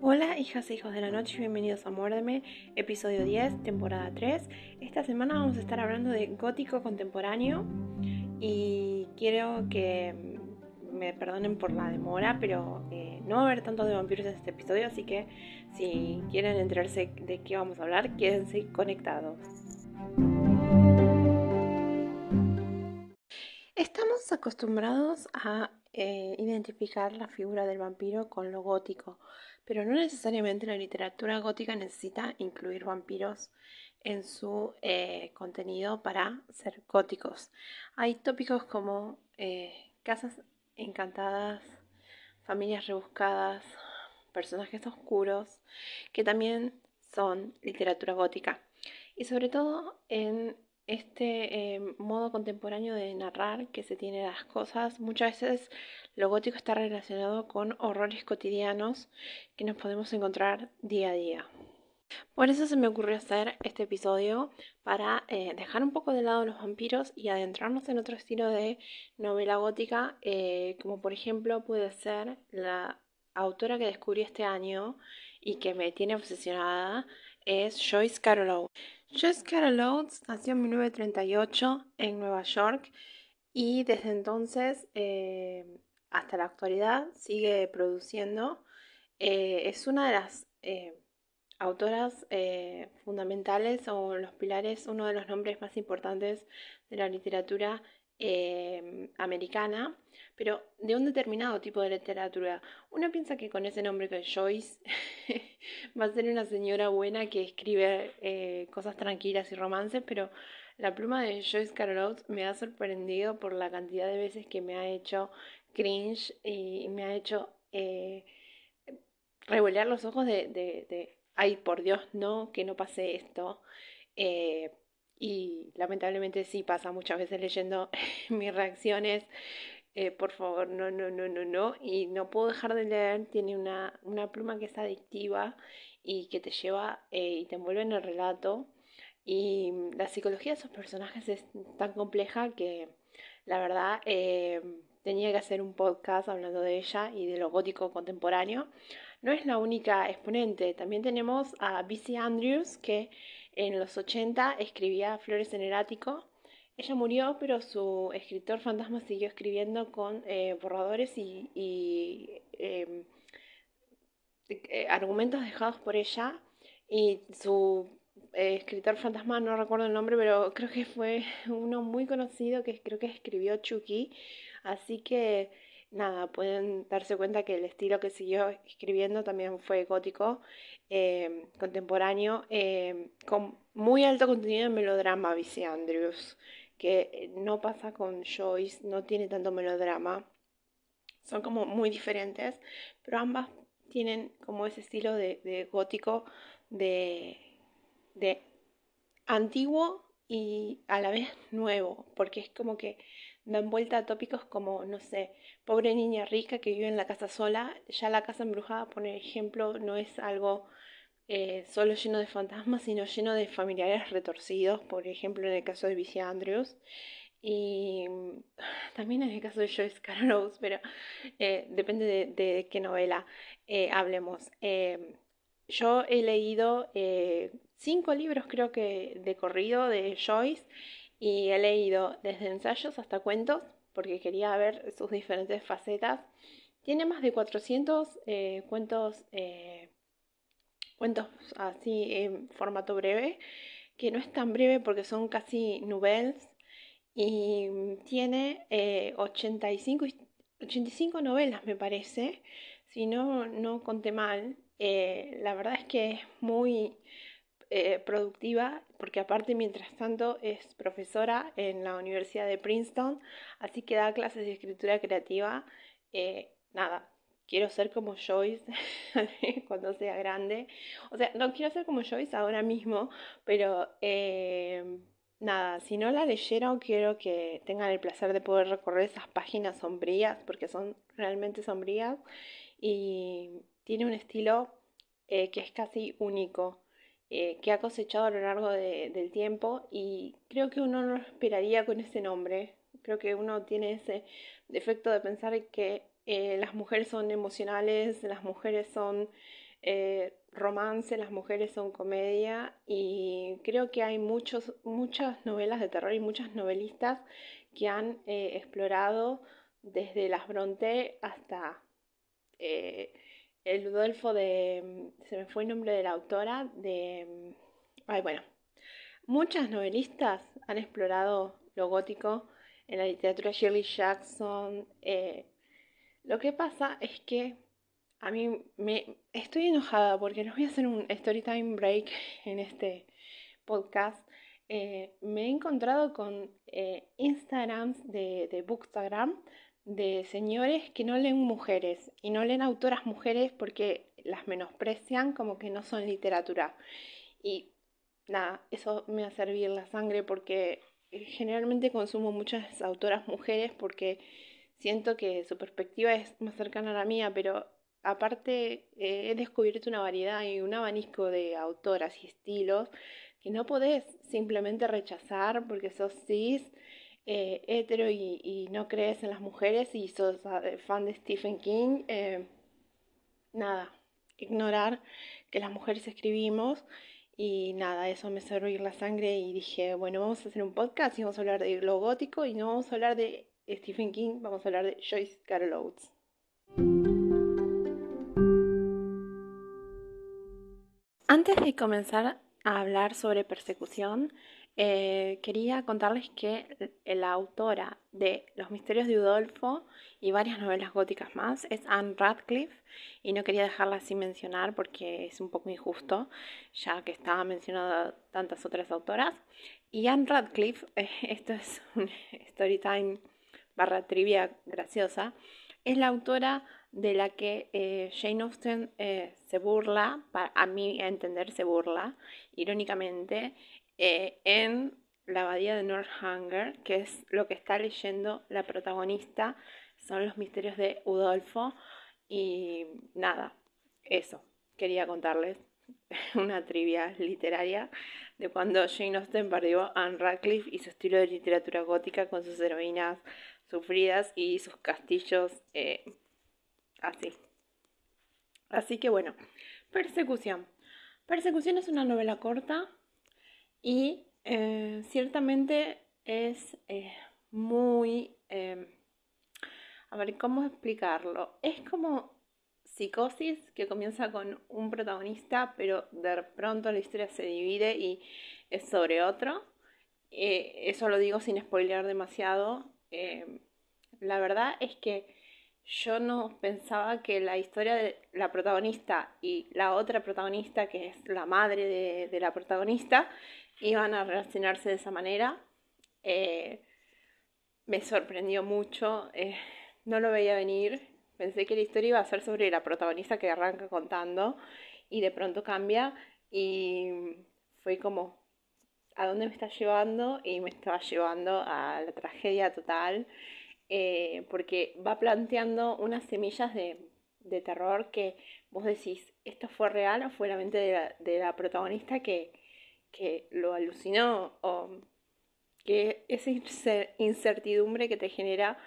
Hola hijas e hijos de la noche, bienvenidos a Muérdeme, episodio 10, temporada 3. Esta semana vamos a estar hablando de gótico contemporáneo y quiero que me perdonen por la demora, pero no va a haber tanto de vampiros en este episodio, así que si quieren enterarse de qué vamos a hablar, quédense conectados. Estamos acostumbrados a identificar la figura del vampiro con lo gótico, pero no necesariamente la literatura gótica necesita incluir vampiros en su contenido para ser góticos. Hay tópicos como casas encantadas, familias rebuscadas, personajes oscuros, que también son literatura gótica. Y sobre todo en este modo contemporáneo de narrar que se tiene las cosas, muchas veces lo gótico está relacionado con horrores cotidianos que nos podemos encontrar día a día. Por eso se me ocurrió hacer este episodio para dejar un poco de lado los vampiros y adentrarnos en otro estilo de novela gótica, como por ejemplo puede ser la autora que descubrí este año y que me tiene obsesionada, es Joyce Carol Oates. Joyce Carol Oates nació en 1938 en Nueva York y desde entonces hasta la actualidad sigue produciendo. Es una de las autoras fundamentales o los pilares, uno de los nombres más importantes de la literatura americana, pero de un determinado tipo de literatura. Uno piensa que con ese nombre que Joyce va a ser una señora buena que escribe cosas tranquilas y romances, pero la pluma de Joyce Carol Oates me ha sorprendido por la cantidad de veces que me ha hecho cringe y me ha hecho revolear los ojos de ay, por Dios, no, que no pase esto. Eh, y lamentablemente sí pasa muchas veces leyendo mis reacciones. Por favor, no, no, no, no, no. Y no puedo dejar de leer. Tiene una pluma que es adictiva y que te lleva y te envuelve en el relato. Y la psicología de esos personajes es tan compleja que la verdad tenía que hacer un podcast hablando de ella y de lo gótico contemporáneo. No es la única exponente, también tenemos a B.C. Andrews, que en los 80 escribía Flores en el Ático. Ella murió, pero su escritor fantasma siguió escribiendo con borradores y argumentos dejados por ella. Y su escritor fantasma, no recuerdo el nombre, pero creo que fue uno muy conocido que creo que escribió Chucky. Así que nada, pueden darse cuenta que el estilo que siguió escribiendo también fue gótico, contemporáneo, con muy alto contenido de melodrama, dice Andrews, que no pasa con Joyce, no tiene tanto melodrama. Son como muy diferentes, pero ambas tienen como ese estilo de gótico, de, de antiguo y a la vez nuevo, porque es como que dan vuelta a tópicos como, no sé, pobre niña rica que vive en la casa sola. Ya la casa embrujada, por ejemplo, no es algo solo lleno de fantasmas, sino lleno de familiares retorcidos, por ejemplo, en el caso de Vicia Andrews. Y también en el caso de Joyce Carol Oates, pero depende de qué novela hablemos. Yo he leído 5 libros, creo que de corrido de Joyce, y he leído desde ensayos hasta cuentos, porque quería ver sus diferentes facetas. Tiene más de 400 cuentos así en formato breve, que no es tan breve porque son casi novelas, y tiene 85 novelas, me parece, si no conté mal. La verdad es que es muy productiva, porque aparte, mientras tanto, es profesora en la Universidad de Princeton, así que da clases de escritura creativa. Nada, quiero ser como Joyce cuando sea grande. O sea, no quiero ser como Joyce ahora mismo, pero nada, si no la leyeron, quiero que tengan el placer de poder recorrer esas páginas sombrías, porque son realmente sombrías, y tiene un estilo que es casi único, que ha cosechado a lo largo del tiempo, y creo que uno no lo esperaría con ese nombre. Creo que uno tiene ese defecto de pensar que las mujeres son emocionales, las mujeres son romance, las mujeres son comedia y creo que hay muchas novelas de terror y muchas novelistas que han explorado desde las Brontë hasta eh, el Ludolfo se me fue el nombre de la autora, ay bueno, muchas novelistas han explorado lo gótico en la literatura. Shirley Jackson. Lo que pasa es que a mí me estoy enojada porque les voy a hacer un story time break en este podcast. Me he encontrado con Instagrams de Bookstagram de señores que no leen mujeres y no leen autoras mujeres porque las menosprecian como que no son literatura. Y nada, eso me hace hervir la sangre porque generalmente consumo muchas autoras mujeres porque siento que su perspectiva es más cercana a la mía, pero aparte he descubierto una variedad y un abanico de autoras y estilos que no podés simplemente rechazar porque sos cis, hetero y no crees en las mujeres y sos fan de Stephen King. Nada, ignorar que las mujeres escribimos y nada, eso me hizo hervir la sangre y dije, bueno, vamos a hacer un podcast y vamos a hablar de lo gótico y no vamos a hablar de Stephen King, vamos a hablar de Joyce Carol Oates. Antes de comenzar a hablar sobre persecución, quería contarles que la autora de Los Misterios de Udolpho y varias novelas góticas más es Anne Radcliffe y no quería dejarla sin mencionar porque es un poco injusto ya que estaba mencionada tantas otras autoras. Y Anne Radcliffe, esto es un story time barra trivia graciosa, es la autora de la que Jane Austen se burla, a mi entender se burla, irónicamente, en la abadía de Northanger, que es lo que está leyendo la protagonista, son los misterios de Udolpho, y nada, eso, quería contarles una trivia literaria de cuando Jane Austen perdió a Anne Radcliffe y su estilo de literatura gótica con sus heroínas sufridas y sus castillos así. Así que bueno, Persecución. Persecución es una novela corta y ciertamente es muy... a ver, ¿cómo explicarlo? Es como Psicosis, que comienza con un protagonista, pero de pronto la historia se divide y es sobre otro. Eso lo digo sin spoilear demasiado. La verdad es que yo no pensaba que la historia de la protagonista y la otra protagonista, que es la madre de la protagonista, iban a relacionarse de esa manera. Me sorprendió mucho, no lo veía venir. Pensé que la historia iba a ser sobre la protagonista que arranca contando y de pronto cambia y fue como, ¿a dónde me está llevando? Y me estaba llevando a la tragedia total. Porque va planteando unas semillas de terror que vos decís, ¿esto fue real o fue la mente de la protagonista que lo alucinó? O que esa incertidumbre que te genera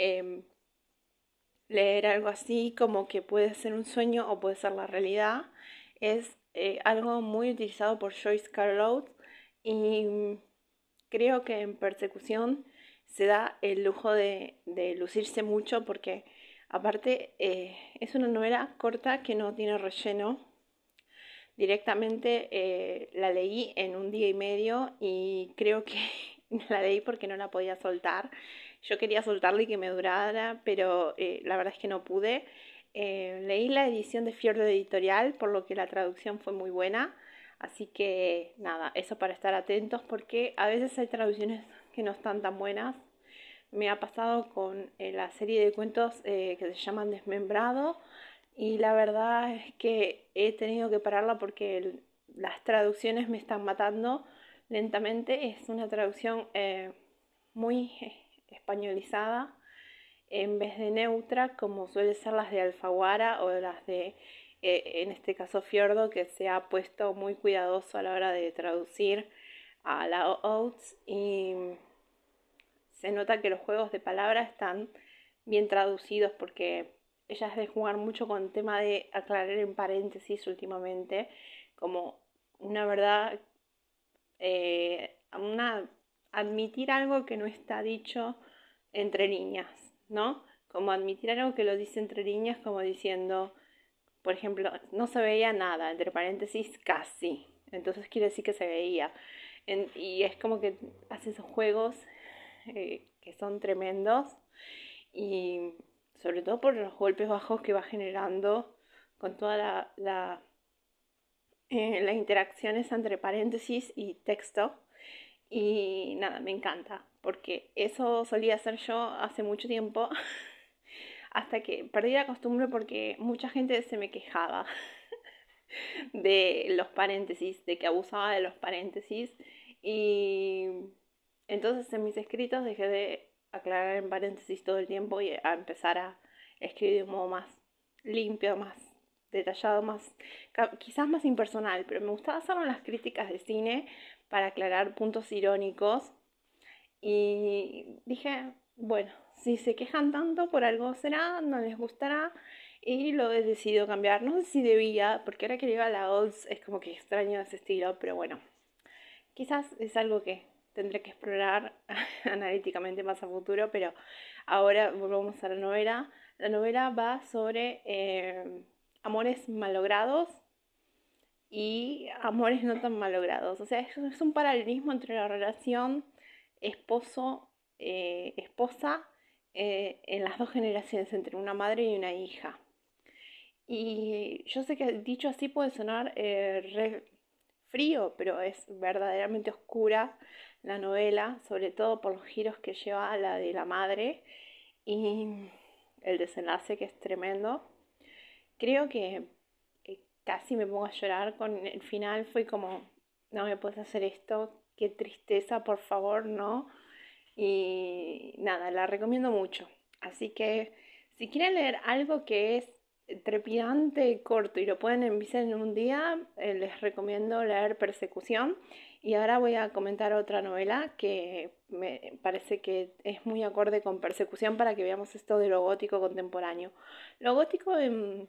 leer algo así como que puede ser un sueño o puede ser la realidad es algo muy utilizado por Joyce Carol Oates y creo que en Persecución se da el lujo de lucirse mucho porque aparte es una novela corta que no tiene relleno. Directamente la leí en un día y medio y creo que la leí porque no la podía soltar. Yo quería soltarla y que me durara, pero la verdad es que no pude. Leí la edición de Fiordo Editorial, por lo que la traducción fue muy buena. Así que nada, eso para estar atentos porque a veces hay traducciones que no están tan buenas. Me ha pasado con la serie de cuentos que se llaman Desmembrado y la verdad es que he tenido que pararla porque las traducciones me están matando lentamente. Es una traducción muy españolizada en vez de neutra como suele ser las de Alfaguara o las de en este caso Fiordo, que se ha puesto muy cuidadoso a la hora de traducir a la Oates y se nota que los juegos de palabras están bien traducidos porque ella es de jugar mucho con el tema de aclarar en paréntesis últimamente, como una verdad, admitir algo que no está dicho entre líneas, ¿no? Como admitir algo que lo dice entre líneas, como diciendo, por ejemplo, no se veía nada, entre paréntesis, casi. Entonces quiere decir que se veía. Y es como que hace esos juegos que son tremendos y sobre todo por los golpes bajos que va generando con toda las interacciones entre paréntesis y texto. Y nada, me encanta, porque eso solía hacer yo hace mucho tiempo, hasta que perdí la costumbre porque mucha gente se me quejaba de los paréntesis, de que abusaba de los paréntesis. Y entonces en mis escritos dejé de aclarar en paréntesis todo el tiempo y a empezar a escribir de un modo más limpio, más detallado, más quizás más impersonal, pero me gustaba hacerlo en las críticas de cine para aclarar puntos irónicos. Y dije, bueno, si se quejan tanto por algo será, no les gustará, y lo he decidido cambiar. No sé si debía, porque ahora que le a la odds es como que extraño ese estilo, pero bueno, quizás es algo que tendré que explorar analíticamente más a futuro, pero ahora volvamos a la novela. La novela va sobre amores malogrados y amores no tan malogrados. O sea, es un paralelismo entre la relación esposa en las dos generaciones, entre una madre y una hija. Y yo sé que dicho así puede sonar re frío, pero es verdaderamente oscura la novela, sobre todo por los giros que lleva a la de la madre y el desenlace que es tremendo. Creo que casi me pongo a llorar con el final, fue como, no me puedes hacer esto, qué tristeza, por favor, no. Y nada, la recomiendo mucho. Así que si quieren leer algo que es trepidante, corto y lo pueden empezar en un día, les recomiendo leer Persecución. Y ahora voy a comentar otra novela que me parece que es muy acorde con Persecución para que veamos esto de lo gótico contemporáneo. Lo gótico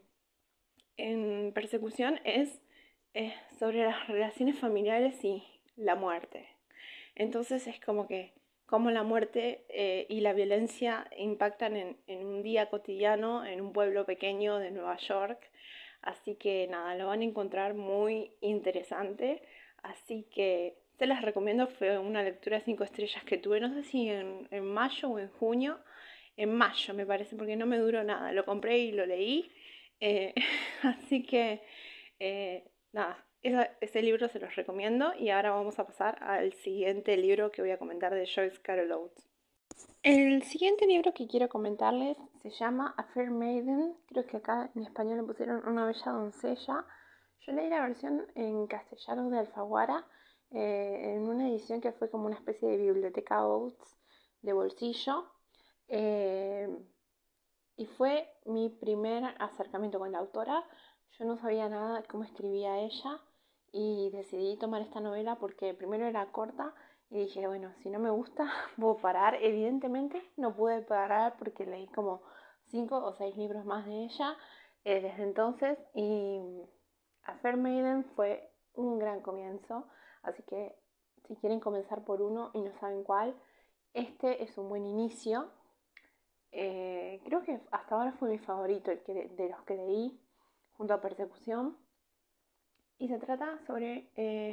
en Persecución es sobre las relaciones familiares y la muerte. Entonces es como que cómo la muerte y la violencia impactan en un día cotidiano en un pueblo pequeño de Nueva York. Así que nada, lo van a encontrar muy interesante. Así que se las recomiendo, fue una lectura de 5 estrellas que tuve, no sé si en mayo o en junio. En mayo me parece, porque no me duró nada. Lo compré y lo leí. Eh, así que nada, ese libro se los recomiendo y ahora vamos a pasar al siguiente libro que voy a comentar de Joyce Carol Oates. El siguiente libro que quiero comentarles se llama A Fair Maiden, creo que acá en español le pusieron Una bella doncella. Yo leí la versión en castellano de Alfaguara, en una edición que fue como una especie de biblioteca Oates de bolsillo. Eh, y fue mi primer acercamiento con la autora. Yo no sabía nada de cómo escribía ella y decidí tomar esta novela porque primero era corta y dije, bueno, si no me gusta, puedo parar. Evidentemente no pude parar porque leí como 5 o 6 libros más de ella desde entonces, y A Fair Maiden fue un gran comienzo. Así que si quieren comenzar por uno y no saben cuál, este es un buen inicio. Creo que hasta ahora fue mi favorito, de los que leí junto a Persecución. Y se trata sobre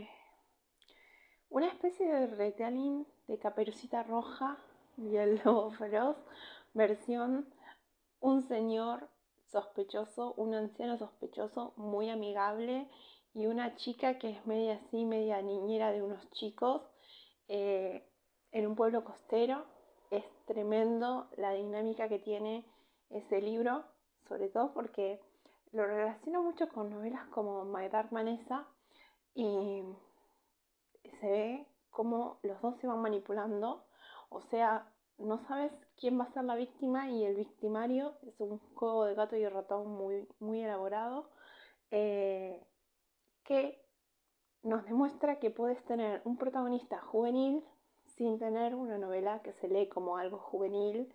una especie de retelling de Caperucita Roja y el Lobo Feroz, versión un señor sospechoso, un anciano sospechoso muy amigable y una chica que es media así, media niñera de unos chicos eh, en un pueblo costero. Es tremendo la dinámica que tiene ese libro, sobre todo porque lo relaciono mucho con novelas como My Dark Vanessa y se ve cómo los dos se van manipulando, o sea, no sabes quién va a ser la víctima y el victimario. Es un juego de gato y ratón muy, muy elaborado, eh, que nos demuestra que puedes tener un protagonista juvenil sin tener una novela que se lee como algo juvenil,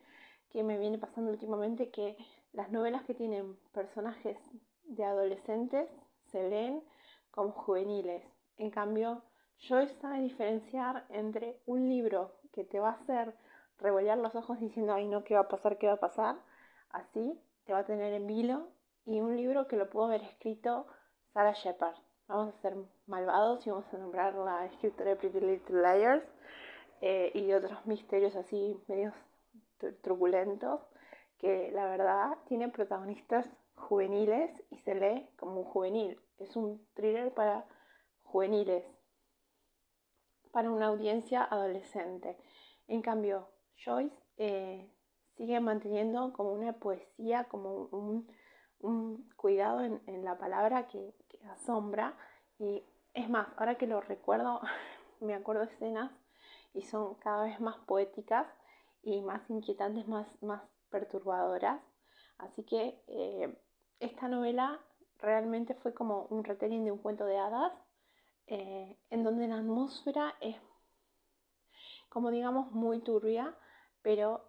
que me viene pasando últimamente, que las novelas que tienen personajes de adolescentes se leen como juveniles. En cambio, Joyce sabe diferenciar entre un libro que te va a hacer revolver los ojos diciendo, ay no, ¿qué va a pasar? ¿Qué va a pasar? Así te va a tener en vilo, y un libro que lo pudo haber escrito Sarah Shepard. Vamos a ser malvados y vamos a nombrar la escritora de Pretty Little Liars, y de otros misterios así medios truculentos, que la verdad tiene protagonistas juveniles y se lee como un juvenil. Es un thriller para juveniles, para una audiencia adolescente. En cambio, Joyce sigue manteniendo como una poesía, como un cuidado en la palabra que asombra. Y es más, ahora que lo recuerdo, me acuerdo de escenas y son cada vez más poéticas y más inquietantes, más perturbadoras. Así que esta novela realmente fue como un retelling de un cuento de hadas, en donde la atmósfera es, como digamos, muy turbia, pero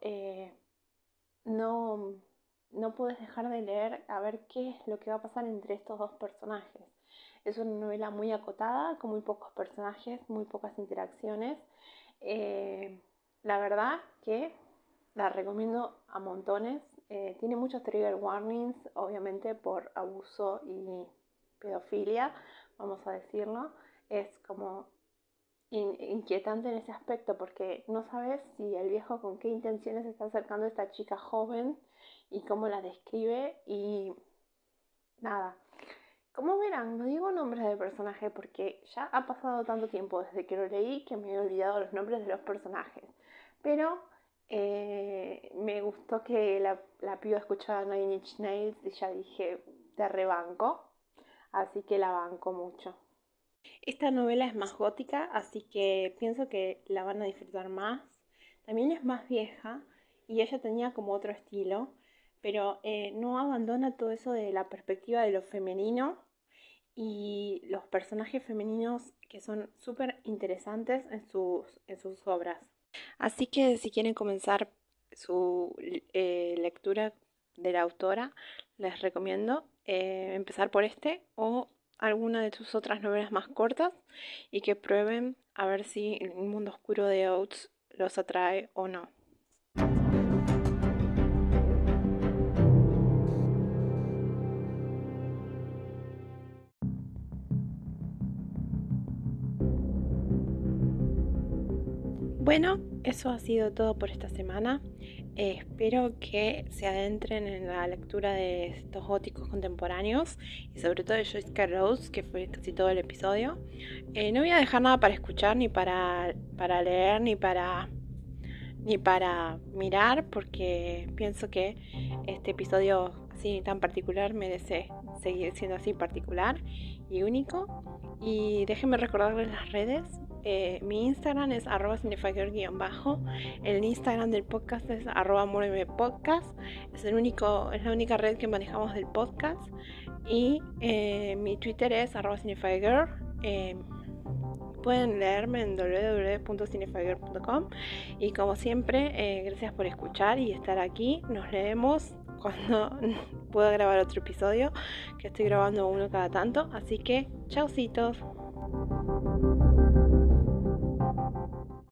no puedes dejar de leer a ver qué es lo que va a pasar entre estos dos personajes. Es una novela muy acotada, con muy pocos personajes, muy pocas interacciones. La verdad que la recomiendo a montones. Tiene muchos trigger warnings, obviamente por abuso y pedofilia, vamos a decirlo. Es como inquietante en ese aspecto, porque no sabes si el viejo con qué intenciones está acercando a esta chica joven y cómo la describe. Y nada, como verán, no digo nombres de personaje porque ya ha pasado tanto tiempo desde que lo leí que me he olvidado los nombres de los personajes. Pero me gustó que la piba escuchaba Nine Inch Nails y ya dije, te rebanco. Así que la banco mucho. Esta novela es más gótica, así que pienso que la van a disfrutar más. También es más vieja y ella tenía como otro estilo, pero no abandona todo eso de la perspectiva de lo femenino y los personajes femeninos que son súper interesantes en sus obras. Así que si quieren comenzar su lectura de la autora, les recomiendo empezar por este o alguna de sus otras novelas más cortas, y que prueben a ver si el mundo oscuro de Oates los atrae o no. Bueno, eso ha sido todo por esta semana. Espero que se adentren en la lectura de estos góticos contemporáneos y sobre todo de Joyce Carol Oates, que fue casi todo el episodio. No voy a dejar nada para escuchar, ni para leer, ni para mirar, porque pienso que este episodio así tan particular merece seguir siendo así particular y único. Y déjenme recordarles las redes. Mi Instagram es @cinefighter_, el Instagram del podcast es @podcast, es la única red que manejamos del podcast, y mi Twitter es @cinefighter. Pueden leerme en www.cinefighter.com, y como siempre, gracias por escuchar y estar aquí. Nos leemos cuando pueda grabar otro episodio, que estoy grabando uno cada tanto, así que chaucitos.